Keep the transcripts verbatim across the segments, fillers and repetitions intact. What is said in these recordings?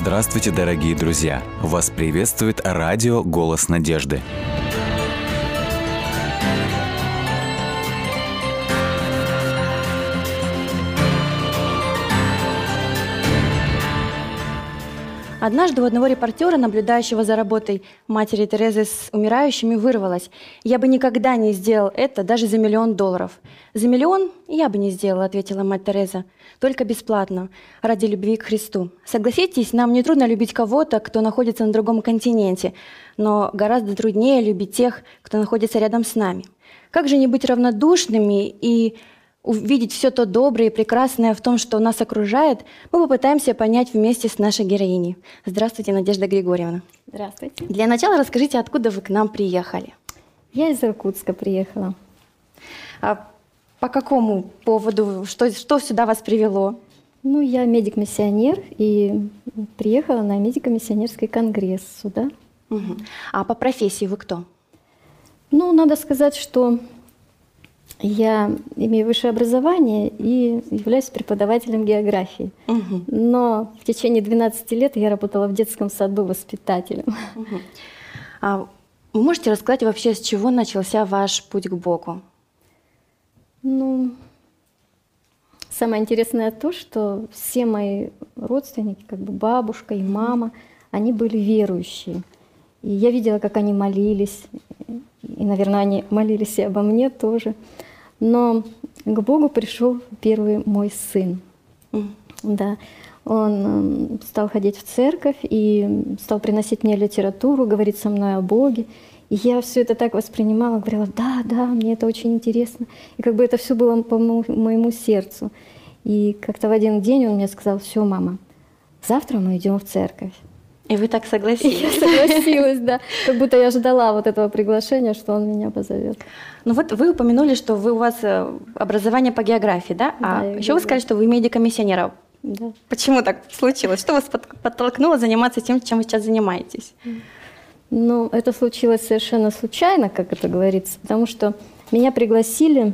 Здравствуйте, дорогие друзья! Вас приветствует радио «Голос надежды». Однажды у одного репортера, наблюдающего за работой матери Терезы с умирающими, вырвалось: «Я бы никогда не сделал это даже за миллион долларов». «За миллион я бы не сделала», — ответила мать Тереза, — «только бесплатно, ради любви к Христу». Согласитесь, нам нетрудно любить кого-то, кто находится на другом континенте, но гораздо труднее любить тех, кто находится рядом с нами. Как же не быть равнодушными и увидеть все то доброе и прекрасное в том, что нас окружает, мы попытаемся понять вместе с нашей героиней. Здравствуйте, Надежда Григорьевна. Здравствуйте. Для начала расскажите, откуда вы к нам приехали? Я из Иркутска приехала. А по какому поводу? Что, что сюда вас привело? Ну, я медик-миссионер и приехала на медико-миссионерский конгресс сюда. Угу. А по профессии вы кто? Ну, надо сказать, что я имею высшее образование и являюсь преподавателем географии. Угу. Но в течение двенадцати лет я работала в детском саду воспитателем. Угу. А вы можете рассказать вообще, с чего начался ваш путь к Богу? Ну, самое интересное то, что все мои родственники, как бы бабушка и мама, они были верующие. И я видела, как они молились. И, наверное, они молились и обо мне тоже. Но к Богу пришел первый мой сын. Mm. Да. Он стал ходить в церковь и стал приносить мне литературу, говорить со мной о Боге. И я все это так воспринимала, говорила: да, да, мне это очень интересно. И как бы это все было по моему сердцу. И как-то в один день он мне сказал: все, мама, завтра мы идем в церковь. И вы так согласились? Я согласилась, да. Как будто я ждала вот этого приглашения, что он меня позовет. Ну вот вы упомянули, что вы, у вас образование по географии, да? Да, А еще вы сказали, что вы медико-миссионер. Да. Почему так случилось? Что вас подтолкнуло заниматься тем, чем вы сейчас занимаетесь? Ну, это случилось совершенно случайно, как это говорится, потому что меня пригласили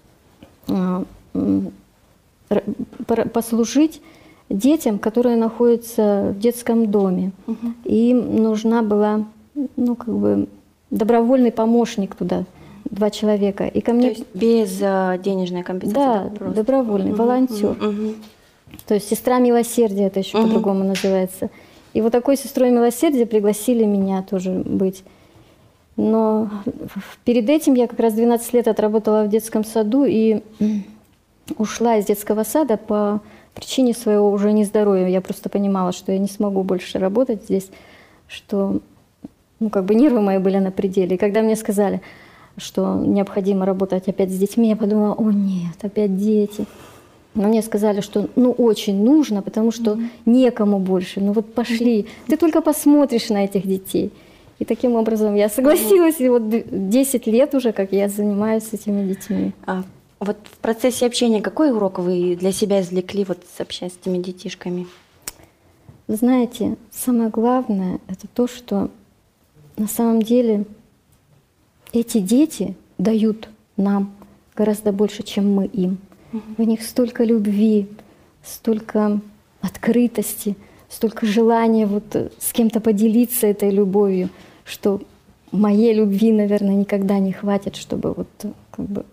послужить детям, которые находятся в детском доме. Угу. Им нужна была, ну, как бы, добровольный помощник туда, два человека. И ко мне... То есть без uh, денежной компенсации? Да, просто. добровольный, угу. волонтер. Угу. То есть сестра милосердия, это еще угу. по-другому называется. И вот такой сестрой милосердия пригласили меня тоже быть. Но перед этим я как раз двенадцать лет отработала в детском саду и ушла из детского сада по причине своего уже нездоровья. Я просто понимала, что я не смогу больше работать здесь, что, ну, как бы нервы мои были на пределе. И когда мне сказали, что необходимо работать опять с детьми, я подумала: о нет, опять дети. Но мне сказали, что ну очень нужно, потому что mm-hmm. некому больше. Ну вот пошли, mm-hmm. ты только посмотришь на этих детей. И таким образом я согласилась, mm-hmm. и вот десять лет уже, как я занимаюсь с этими детьми. А вот в процессе общения какой урок вы для себя извлекли, вот общаясь с этими детишками? Вы знаете, самое главное — это то, что на самом деле эти дети дают нам гораздо больше, чем мы им. Угу. В них столько любви, столько открытости, столько желания вот с кем-то поделиться этой любовью, что моей любви, наверное, никогда не хватит, чтобы вот как бы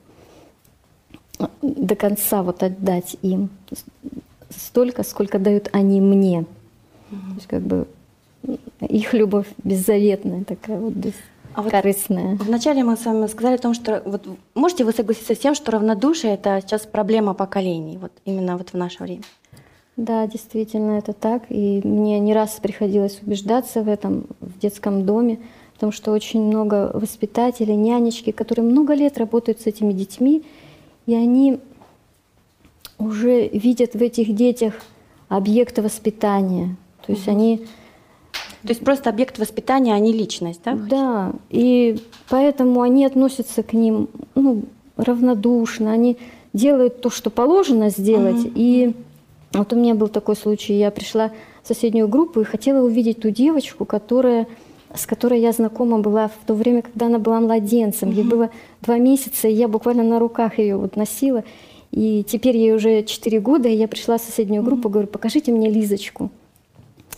до конца вот отдать им столько, сколько дают они мне. Mm-hmm. То есть как бы их любовь беззаветная такая вот, бескорыстная. А вот вначале мы с вами сказали о том, что вот можете вы согласиться с тем, что равнодушие — это сейчас проблема поколений, вот именно вот в наше время? Да, действительно, это так. И мне не раз приходилось убеждаться в этом в детском доме, потому что очень много воспитателей, нянечки, которые много лет работают с этими детьми, и они уже видят в этих детях объекты воспитания. То есть угу. они... То есть просто объект воспитания, а не личность, да? Да, и поэтому они относятся к ним, ну, равнодушно, они делают то, что положено сделать. Угу. И вот у меня был такой случай, я пришла в соседнюю группу и хотела увидеть ту девочку, которая... с которой я знакома была в то время, когда она была младенцем. Mm-hmm. Ей было два месяца, и я буквально на руках ее вот носила. И теперь ей уже четыре года, и я пришла в соседнюю группу, mm-hmm. говорю: покажите мне Лизочку.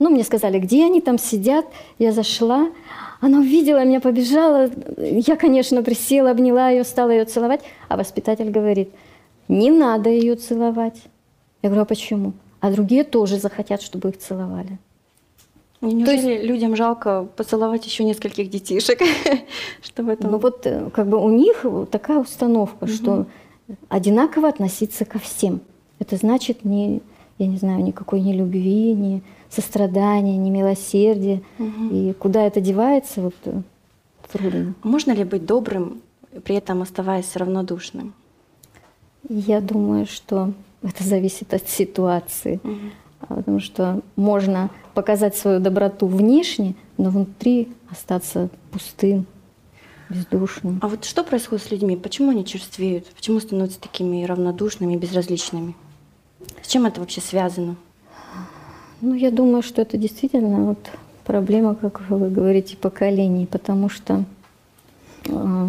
Ну, мне сказали, где они там сидят. Я зашла, она увидела меня, побежала. Я, конечно, присела, обняла ее, стала ее целовать. А воспитатель говорит, не надо ее целовать. Я говорю, а почему? А другие тоже захотят, чтобы их целовали. Неужели есть, людям жалко поцеловать еще нескольких детишек? Чтобы это... Ну вот как бы у них такая установка, угу. что одинаково относиться ко всем. Это значит, не, я не знаю, никакой ни любви, ни сострадания, ни милосердия. Угу. И куда это девается, вот трудно. Можно ли быть добрым, при этом оставаясь равнодушным? Я думаю, что это зависит от ситуации. Угу. Потому что можно показать свою доброту внешне, но внутри остаться пустым, бездушным. А вот что происходит с людьми? Почему они черствеют? Почему становятся такими равнодушными, безразличными? С чем это вообще связано? Ну, я думаю, что это действительно вот проблема, как вы говорите, поколений, потому что э,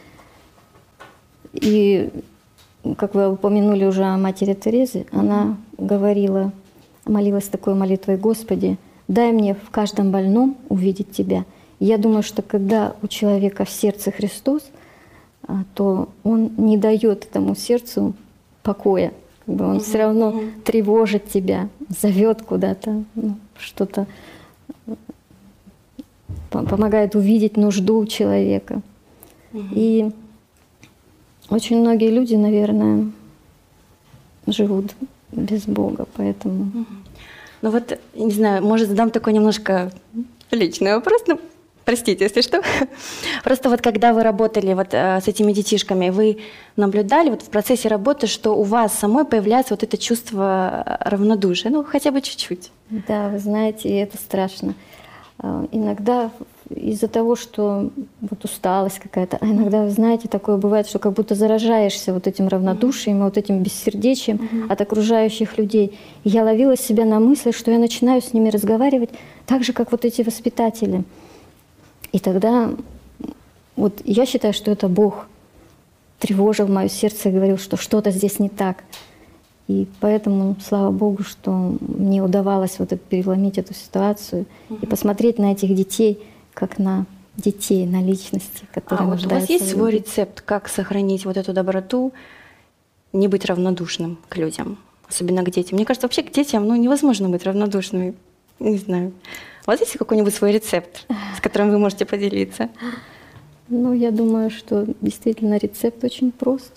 и, как вы упомянули уже о матери Терезе, она говорила, молилась такой молитвой: «Господи, дай мне в каждом больном увидеть Тебя». И я думаю, что когда у человека в сердце Христос, то он не дает этому сердцу покоя. Как бы он mm-hmm. все равно mm-hmm. тревожит тебя, зовет куда-то, ну, что-то, помогает увидеть нужду человека. Mm-hmm. И очень многие люди, наверное, живут без Бога, поэтому... Ну вот, не знаю, может, задам такой немножко личный вопрос, ну, простите, если что. Просто вот когда вы работали вот э, с этими детишками, вы наблюдали вот в процессе работы, что у вас самой появляется вот это чувство равнодушия, ну, хотя бы чуть-чуть? Да, вы знаете, это страшно. Иногда из-за того, что вот усталость какая-то, а иногда, вы знаете, такое бывает, что как будто заражаешься вот этим равнодушием, mm-hmm. вот этим бессердечием mm-hmm. от окружающих людей. И я ловила себя на мысли, что я начинаю с ними разговаривать так же, как вот эти воспитатели. И тогда вот я считаю, что это Бог тревожил мое сердце и говорил, что что-то здесь не так. И поэтому, слава Богу, что мне удавалось вот это, переломить эту ситуацию угу. и посмотреть на этих детей, как на детей, на личности, которые а нуждаются. Вот у вас есть в свой рецепт, как сохранить вот эту доброту, не быть равнодушным к людям, особенно к детям? Мне кажется, вообще к детям ну, невозможно быть равнодушными. Не знаю. У вас есть какой-нибудь свой рецепт, с которым вы можете поделиться? Ну, я думаю, что действительно рецепт очень прост.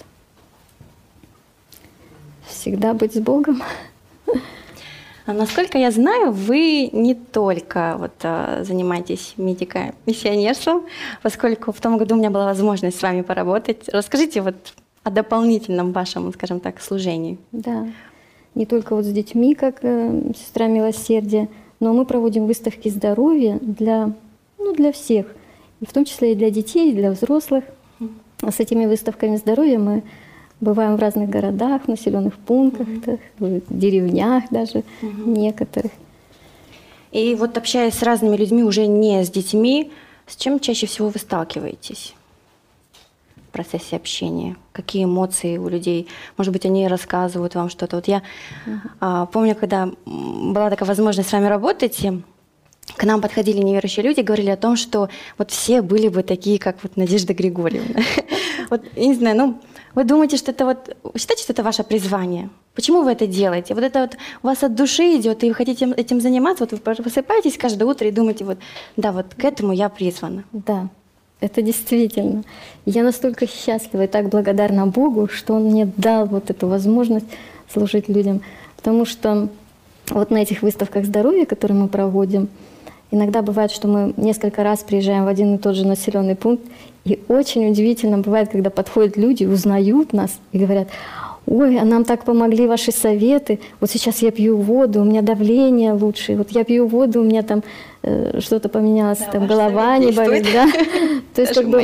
Всегда быть с Богом. А насколько я знаю, вы не только вот, а, занимаетесь медико-миссионерством, поскольку в том году у меня была возможность с вами поработать. Расскажите вот о дополнительном вашем, скажем так, служении. Да, не только вот с детьми, как э, сестра милосердия, но мы проводим выставки здоровья для, ну, для всех, и в том числе и для детей, и для взрослых. А с этими выставками здоровья мы бываем в разных городах, в населенных пунктах, uh-huh. в деревнях даже uh-huh. некоторых. И вот общаясь с разными людьми, уже не с детьми, с чем чаще всего вы сталкиваетесь в процессе общения? Какие эмоции у людей? Может быть, они рассказывают вам что-то? Вот я uh-huh. а, помню, когда была такая возможность с вами работать, к нам подходили неверующие люди, говорили о том, что вот все были бы такие, как вот Надежда Григорьевна. Вот, я не знаю, ну, вы думаете, что это вот, считаете, что это ваше призвание? Почему вы это делаете? Вот это вот у вас от души идет, и вы хотите этим заниматься, вот вы просыпаетесь каждое утро и думаете, вот, да, вот к этому я призвана. Да, это действительно. Я настолько счастлива и так благодарна Богу, что Он мне дал вот эту возможность служить людям. Потому что вот на этих выставках здоровья, которые мы проводим, иногда бывает, что мы несколько раз приезжаем в один и тот же населенный пункт, и очень удивительно бывает, когда подходят люди, узнают нас и говорят: ой, а нам так помогли ваши советы, вот сейчас я пью воду, у меня давление лучше, вот я пью воду, у меня там э, что-то поменялось, да, там голова не болит. Да? То есть, как бы,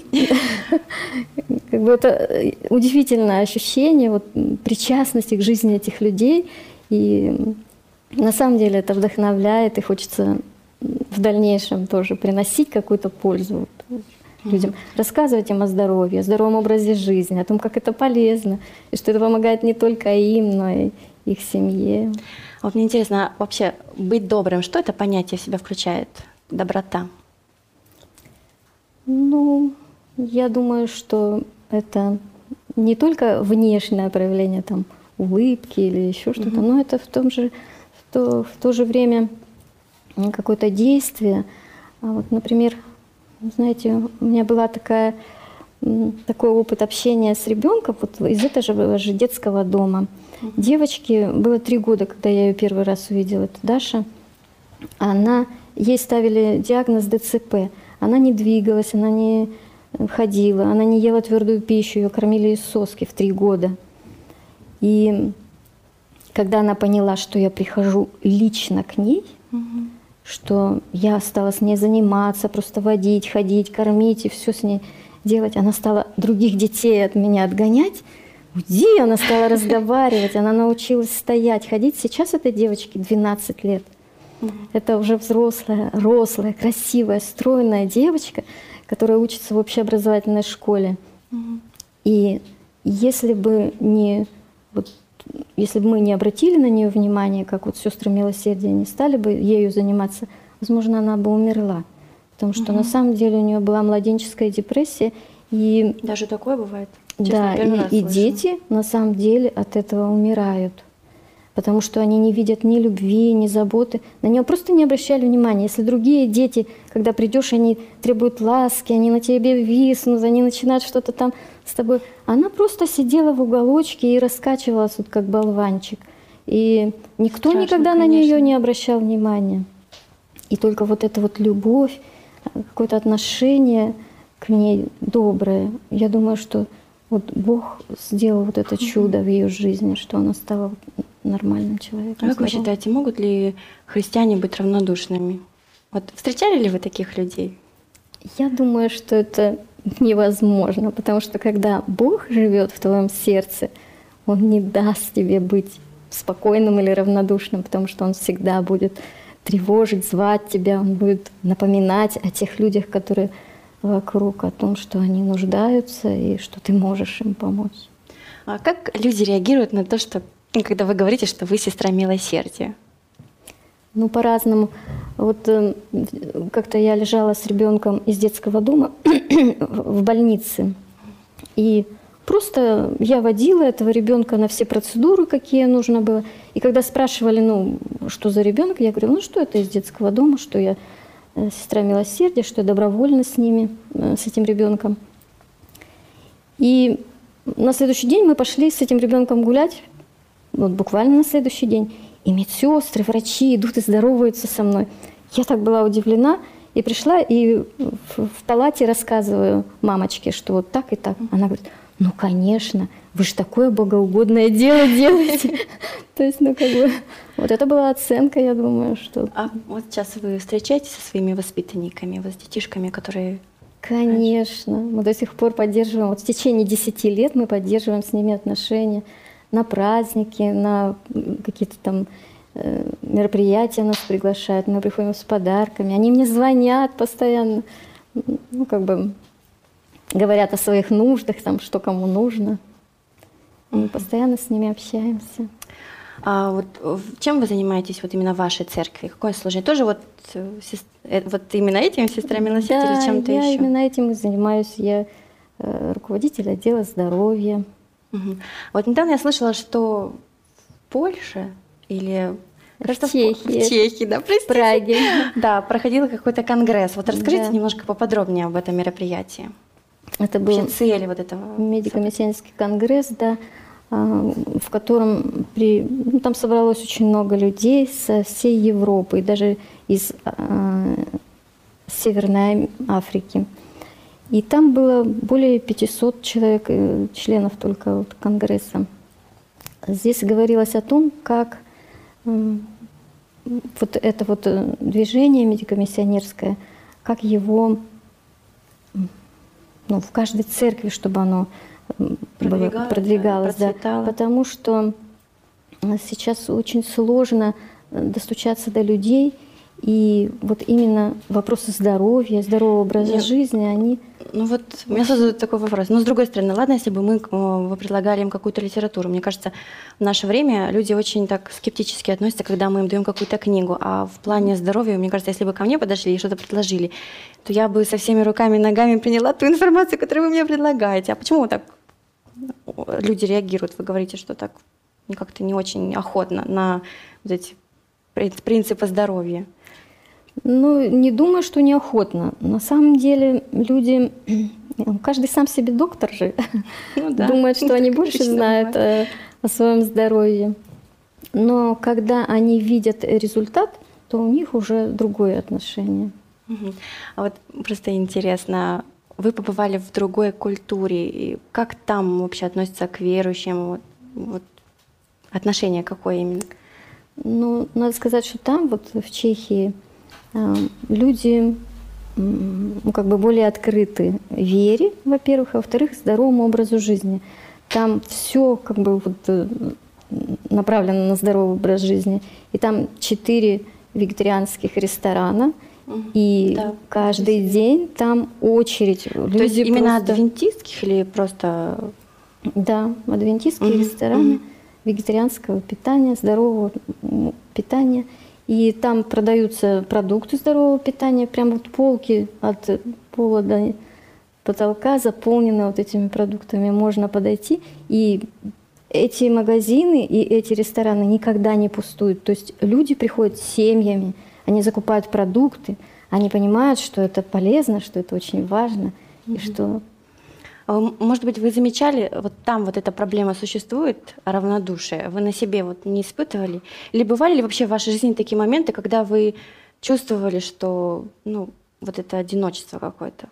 как бы это удивительное ощущение вот, причастности к жизни этих людей, и на самом деле это вдохновляет, и хочется в дальнейшем тоже приносить какую-то пользу людям, mm-hmm. рассказывать им о здоровье, о здоровом образе жизни, о том, как это полезно, и что это помогает не только им, но и, их семье. Вот мне интересно, вообще быть добрым, что это понятие в себя включает? Доброта. Ну, я думаю, что это не только внешнее проявление там, улыбки или еще что-то, но это в том же, в то, в то же время какое-то действие. А вот, например, знаете, у меня была такая, такой опыт общения с ребенком вот из этого же детского дома. Девочке было три года, когда я ее первый раз увидела, это Даша. Она, ей ставили диагноз дэ цэ пэ. Она не двигалась, она не ходила, она не ела твердую пищу, ее кормили из соски в три года. И когда она поняла, что я прихожу лично к ней, угу. что я стала с ней заниматься, просто водить, ходить, кормить и все с ней делать, она стала других детей от меня отгонять. Уйди, она стала разговаривать, она научилась стоять, ходить. Сейчас этой девочке двенадцать лет. Угу. Это уже взрослая, рослая, красивая, стройная девочка, которая учится в общеобразовательной школе. Угу. И если бы не, вот, если бы мы не обратили на нее внимание, как вот сестры милосердия, не стали бы ею заниматься, возможно, она бы умерла. Потому что угу. на самом деле у нее была младенческая депрессия. И даже такое бывает? Честно, да, и, и дети на самом деле от этого умирают. Потому что они не видят ни любви, ни заботы. На нее просто не обращали внимания. Если другие дети, когда придешь, они требуют ласки, они на тебе виснут, они начинают что-то там с тобой. Она просто сидела в уголочке и раскачивалась, вот как болванчик. И никто Страшно, никогда конечно. на нее не обращал внимания. И только вот эта вот любовь, какое-то отношение к ней доброе. Я думаю, что вот Бог сделал вот это чудо в ее жизни, что она стала нормальным человеком. А как вы считаете, могут ли христиане быть равнодушными? Вот встречали ли вы таких людей? Я думаю, что это невозможно, потому что когда Бог живет в твоем сердце, Он не даст тебе быть спокойным или равнодушным, потому что Он всегда будет тревожить, звать тебя, Он будет напоминать о тех людях, которые вокруг, о том, что они нуждаются и что ты можешь им помочь. А как люди реагируют на то, что, когда вы говорите, что вы сестра милосердия? Ну, по-разному. Вот э, как-то я лежала с ребенком из детского дома в больнице, и просто я водила этого ребенка на все процедуры, какие нужно было. И когда спрашивали, ну, что за ребенок, я говорю, ну, что это из детского дома, что я сестра милосердия, что я добровольно с ними, с этим ребенком. И на следующий день мы пошли с этим ребенком гулять, вот буквально на следующий день. И медсестры, врачи идут и здороваются со мной. Я так была удивлена и пришла и в, в палате рассказываю мамочке, что вот так и так. Она говорит, ну, конечно, вы же такое богоугодное дело делаете. То есть, ну, как бы, вот это была оценка, я думаю, что... А вот сейчас вы встречаетесь со своими воспитанниками, вот с детишками, которые... Конечно, мы до сих пор поддерживаем, вот в течение десяти лет мы поддерживаем с ними отношения на праздники, на какие-то там э, мероприятия нас приглашают, мы приходим с подарками, они мне звонят постоянно, ну, как бы... говорят о своих нуждах, там, что кому нужно. Мы постоянно с ними общаемся. А вот чем вы занимаетесь вот именно в вашей церкви? Какое служение? Тоже вот, вот именно этим, сестра милосердия, да, или чем-то я еще? именно этим и занимаюсь. Я э, руководитель отдела здоровья. Угу. Вот недавно я слышала, что в Польше или... Кажется, в Чехии. В Чехии, да, простите. В Праге. Да, проходил какой-то конгресс. Вот расскажите да. немножко поподробнее об этом мероприятии. Это был цели вот этого медико-миссионерский конгресс, да, в котором при, ну, там собралось очень много людей со всей Европы, и даже из э, Северной Африки. И там было более пятисот человек, членов только вот конгресса. Здесь говорилось о том, как э, вот это вот движение медико-миссионерское, как его... Ну, в каждой церкви, чтобы оно продвигалось, было, продвигалось да, да, потому что сейчас очень сложно достучаться до людей, И вот именно вопросы здоровья, здорового образа Нет. жизни, они... Ну вот, у меня сразу такой вопрос. Но с другой стороны, ладно, если бы мы э, предлагали им какую-то литературу. Мне кажется, в наше время люди очень так скептически относятся, когда мы им даем какую-то книгу. А в плане здоровья, мне кажется, если бы ко мне подошли и что-то предложили, то я бы со всеми руками и ногами приняла ту информацию, которую вы мне предлагаете. А почему так люди реагируют? Вы говорите, что так как-то не очень охотно на вот эти принципы здоровья. Ну, не думаю, что неохотно. На самом деле люди, каждый сам себе доктор же, Ну да. думает, что они больше Точно знают бывает. э, о своем здоровье. Но когда они видят результат, то у них уже другое отношение. Мгм. А вот просто интересно, вы побывали в другой культуре, и как там вообще относятся к верующим? Вот, вот отношение какое именно? Ну, надо сказать, что там, вот в Чехии, э, люди м, ну, как бы более открыты вере, во-первых, а во-вторых, здоровому образу жизни. Там все как бы вот, э, направлено на здоровый образ жизни. И там четыре вегетарианских ресторана, и Да, каждый ничего себе. день там очередь. Люди То есть именно просто- адвентистских или просто... Да, адвентистские Мгм, рестораны, мгм. вегетарианского питания, здорового м, питания. И там продаются продукты здорового питания, прям вот полки от пола до потолка заполнены вот этими продуктами. Можно подойти, и эти магазины и эти рестораны никогда не пустуют. То есть люди приходят с семьями, они закупают продукты, они понимают, что это полезно, что это очень важно, и что... А вы, может быть, вы замечали, вот там вот эта проблема существует, равнодушие, вы на себе вот не испытывали? Или бывали ли вообще в вашей жизни такие моменты, когда вы чувствовали, что, ну, вот это одиночество какое-то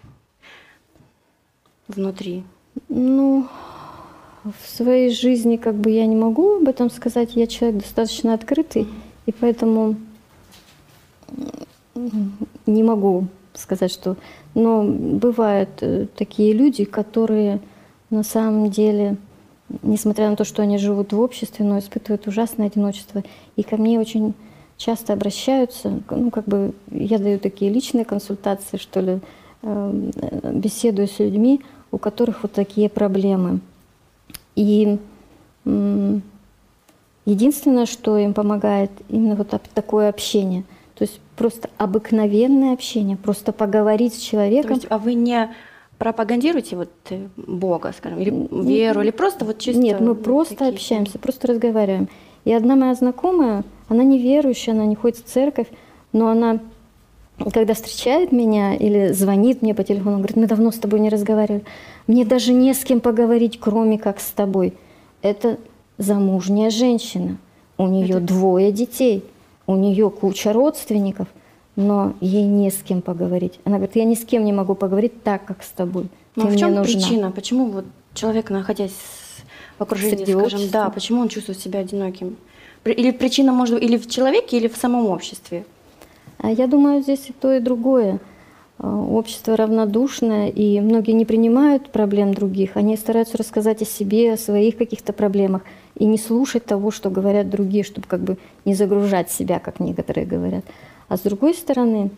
внутри? Ну, в своей жизни как бы я не могу об этом сказать. Я человек достаточно открытый, и поэтому м, не могу сказать, что... Но бывают э, такие люди, которые на самом деле, несмотря на то, что они живут в обществе, но испытывают ужасное одиночество. И ко мне очень часто обращаются, ну, как бы я даю такие личные консультации, что ли, э, беседую с людьми, у которых вот такие проблемы. И м, единственное, что им помогает, именно вот об- такое общение. То есть просто обыкновенное общение, просто поговорить с То человеком. есть, а вы не пропагандируете вот э, Бога, скажем, или веру, или просто вот чисто... Нет, мы вот просто такие общаемся, просто разговариваем. И одна моя знакомая, она не верующая, она не ходит в церковь, но она, когда встречает меня или звонит мне по телефону, говорит, мы давно с тобой не разговаривали, мне даже не с кем поговорить, кроме как с тобой. Это замужняя женщина, у нее Это- двое детей, у нее куча родственников, но ей не с кем поговорить. Она говорит, я ни с кем не могу поговорить так, как с тобой. Ну, Ты а в мне чем нужна. причина? Почему вот человек, находясь в окружении, Среди скажем, общества. да, почему он чувствует себя одиноким? При- Или причина может быть или в человеке, или в самом обществе? А я думаю, здесь и то, и другое. А, Общество равнодушное, и многие не принимают проблем других. Они стараются рассказать о себе, о своих каких-то проблемах, и не слушать того, что говорят другие, чтобы как бы не загружать себя, как некоторые говорят. А с другой стороны,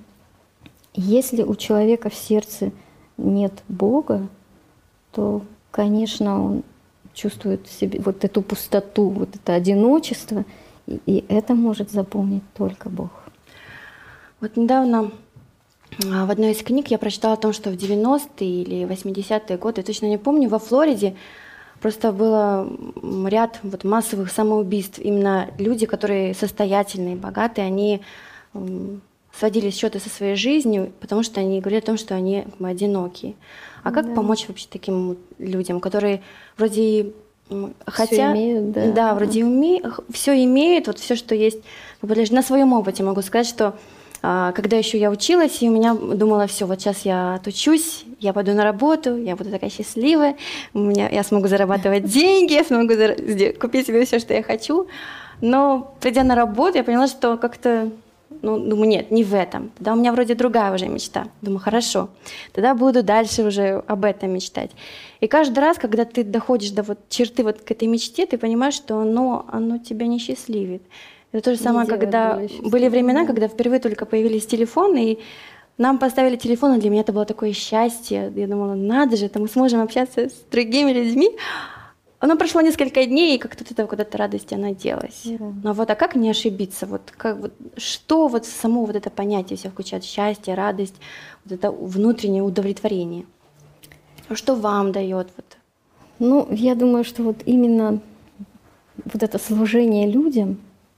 если у человека в сердце нет Бога, то, конечно, он чувствует в себе вот эту пустоту, вот это одиночество, и, и это может заполнить только Бог. Вот недавно а, в одной из книг я прочитала о том, что в девяностые или восьмидесятые годы, точно не помню, во Флориде просто было м, ряд вот массовых самоубийств. Именно люди, которые состоятельные, богатые, они м, сводили счеты со своей жизнью, потому что они говорили о том, что они как бы одинокие. А как Да. помочь вообще таким вот людям, которые вроде и, м, хотя имеют, да. да, вроде все имеют, вот все, что есть. Как бы даже на своем опыте могу сказать, что а, когда еще я училась, и у меня думала, все, вот сейчас я отучусь, я пойду на работу, я буду такая счастливая, у меня, я смогу зарабатывать деньги, я смогу зара- сде- купить себе все, что я хочу. Но придя на работу, я поняла, что как-то, ну, думаю, нет, не в этом. Тогда у меня вроде другая уже мечта. Думаю, хорошо, тогда буду дальше уже об этом мечтать. И каждый раз, когда ты доходишь до вот черты вот к этой мечте, ты понимаешь, что оно, оно тебя не счастливит. Это то же самое, когда были времена, когда впервые только появились телефоны, и нам поставили телефон, и для меня это было такое счастье. Я думала, надо же, это мы сможем общаться с другими людьми. Оно прошло несколько дней, и как-то вот эта куда-то радость, она делась. Yeah. Но вот, а как не ошибиться? Вот, как, вот, что вот само вот это понятие все включает? Счастье, радость, вот это внутреннее удовлетворение. Что вам дает? Вот? Ну, я думаю, что вот именно вот это служение людям,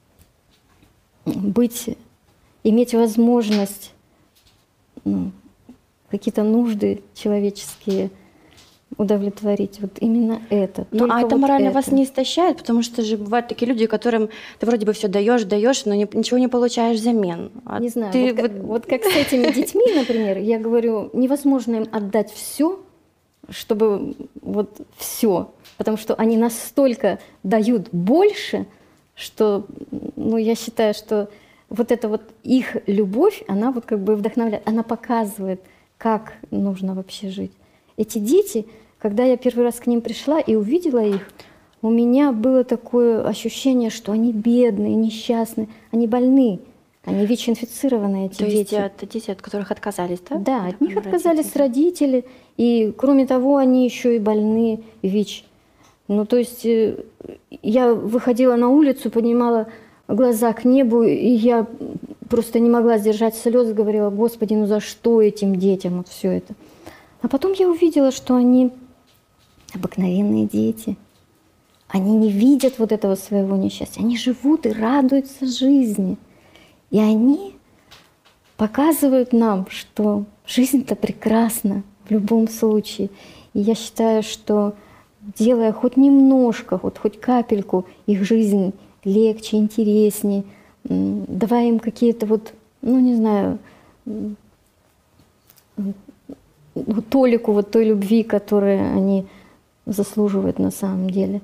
быть, иметь возможность ну, какие-то нужды человеческие удовлетворить. Вот именно это. Ну, а это вот морально это. Вас не истощает, потому что же бывают такие люди, которым ты вроде бы все даешь, даешь, но не, ничего не получаешь взамен. А не знаю, ты вот, вот... Как, вот как с этими детьми, например, я говорю, невозможно им отдать все, чтобы вот все, потому что они настолько дают больше, что, ну, я считаю, что вот эта вот их любовь, она вот как бы вдохновляет, она показывает, как нужно вообще жить. Эти дети, когда я первый раз к ним пришла и увидела их, у меня было такое ощущение, что они бедные, несчастные, они больны, они ВИЧ-инфицированные, эти То дети. То есть это дети, от которых отказались, да? Да, от них отказались родители, и кроме того, они еще и больны ВИЧ. Ну, то есть я выходила на улицу, поднимала глаза к небу, и я просто не могла сдержать слез, говорила, Господи, ну за что этим детям вот все это? А потом я увидела, что они обыкновенные дети. Они не видят вот этого своего несчастья. Они живут и радуются жизни. И они показывают нам, что жизнь-то прекрасна в любом случае. И я считаю, что делая хоть немножко, вот, хоть капельку их жизнь легче, интереснее, давая им какие-то вот, ну не знаю, толику вот той любви, которую они заслуживают на самом деле.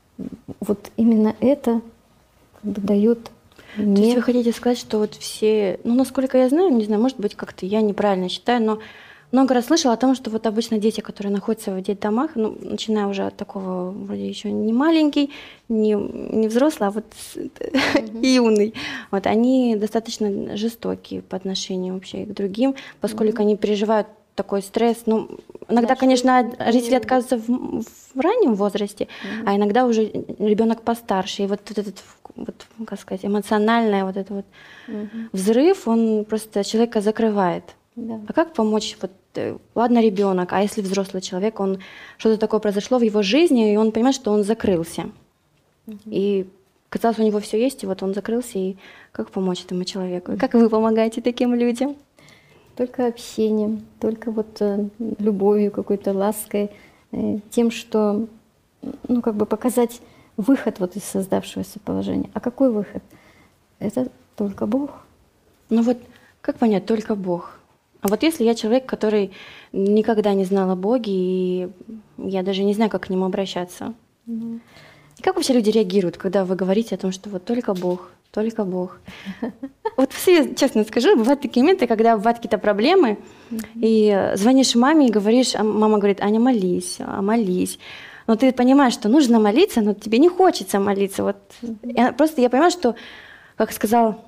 Вот именно это как бы дает мне... То есть вы хотите сказать, что вот все, ну насколько я знаю, не знаю, может быть как-то я неправильно считаю, но много раз слышала о том, что вот обычно дети, которые находятся в детдомах, ну, начиная уже от такого вроде еще не маленький, не, не взрослый, а вот mm-hmm. юный, вот они достаточно жестокие по отношению вообще к другим, поскольку mm-hmm. они переживают такой стресс. Ну, иногда, да, конечно, родители отказываются в, в раннем возрасте, mm-hmm. а иногда уже ребенок постарше. И вот этот, вот, как сказать, эмоциональный вот этот вот mm-hmm. взрыв, он просто человека закрывает. Да. А как помочь? Вот, ладно, ребенок, а если взрослый человек, он что-то такое произошло в его жизни, и он понимает, что он закрылся. Mm-hmm. И казалось, у него все есть, и вот он закрылся, и как помочь этому человеку? Mm-hmm. Как вы помогаете таким людям? Только общением, только вот э, любовью, какой-то лаской, э, тем, что, ну, как бы показать выход вот из создавшегося положения. А какой выход? Это только Бог. Ну вот, как понять, только Бог? А вот если я человек, который никогда не знал о Боге, и я даже не знаю, как к нему обращаться. Mm-hmm. И как вообще люди реагируют, когда вы говорите о том, что вот только Бог, только Бог? Вот все, честно скажу, бывают такие моменты, когда бывают какие-то проблемы, mm-hmm. и звонишь маме и говоришь, а мама говорит, Аня, молись, а молись. Но ты понимаешь, что нужно молиться, но тебе не хочется молиться. Вот mm-hmm. я, просто я понимаю, что, как сказал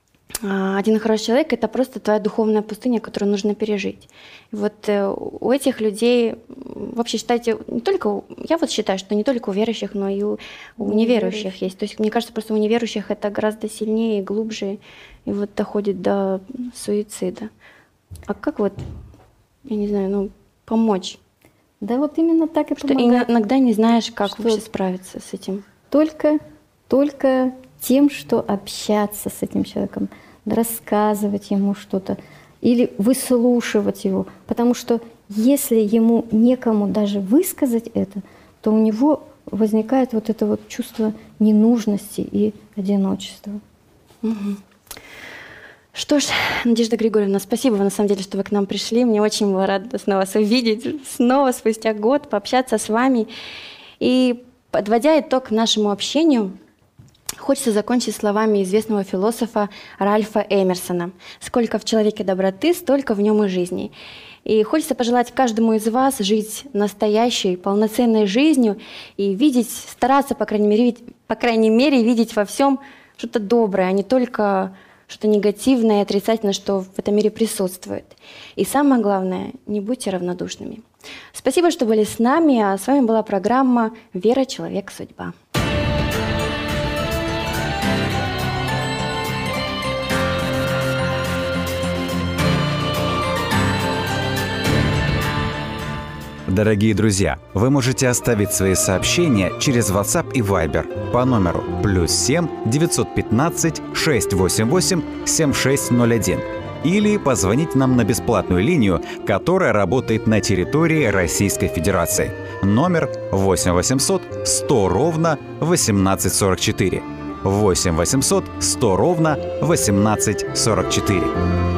один хороший человек, это просто твоя духовная пустыня, которую нужно пережить. И вот э, у этих людей, вообще считайте, не только, я вот считаю, что не только у верующих, но и у, у неверующих есть. То есть мне кажется, просто у неверующих это гораздо сильнее и глубже, и вот доходит до суицида. А как вот, я не знаю, ну, помочь? Да вот именно так и что помогает. Иногда не знаешь, как что вообще справиться с этим. Только, только тем, что общаться с этим человеком, рассказывать ему что-то или выслушивать его. Потому что если ему некому даже высказать это, то у него возникает вот это вот чувство ненужности и одиночества. Угу. Что ж, Надежда Григорьевна, спасибо вам на самом деле, что вы к нам пришли. Мне очень было рада снова вас увидеть, снова спустя год пообщаться с вами. И подводя итог нашему общению, хочется закончить словами известного философа Ральфа Эмерсона. «Сколько в человеке доброты, столько в нем и жизни». И хочется пожелать каждому из вас жить настоящей, полноценной жизнью и видеть, стараться, по крайней мере, по крайней мере видеть во всем что-то доброе, а не только что-то негативное и отрицательное, что в этом мире присутствует. И самое главное, не будьте равнодушными. Спасибо, что были с нами, а с вами была программа «Вера, человек, судьба». Дорогие друзья, вы можете оставить свои сообщения через WhatsApp и Viber по номеру плюс семь девятьсот пятнадцать шестьсот восемьдесят восемь семьдесят шесть ноль один или позвонить нам на бесплатную линию, которая работает на территории Российской Федерации. Номер восемь восемьсот сто ровно восемнадцать сорок четыре. восемь восемьсот сто ровно восемнадцать сорок четыре.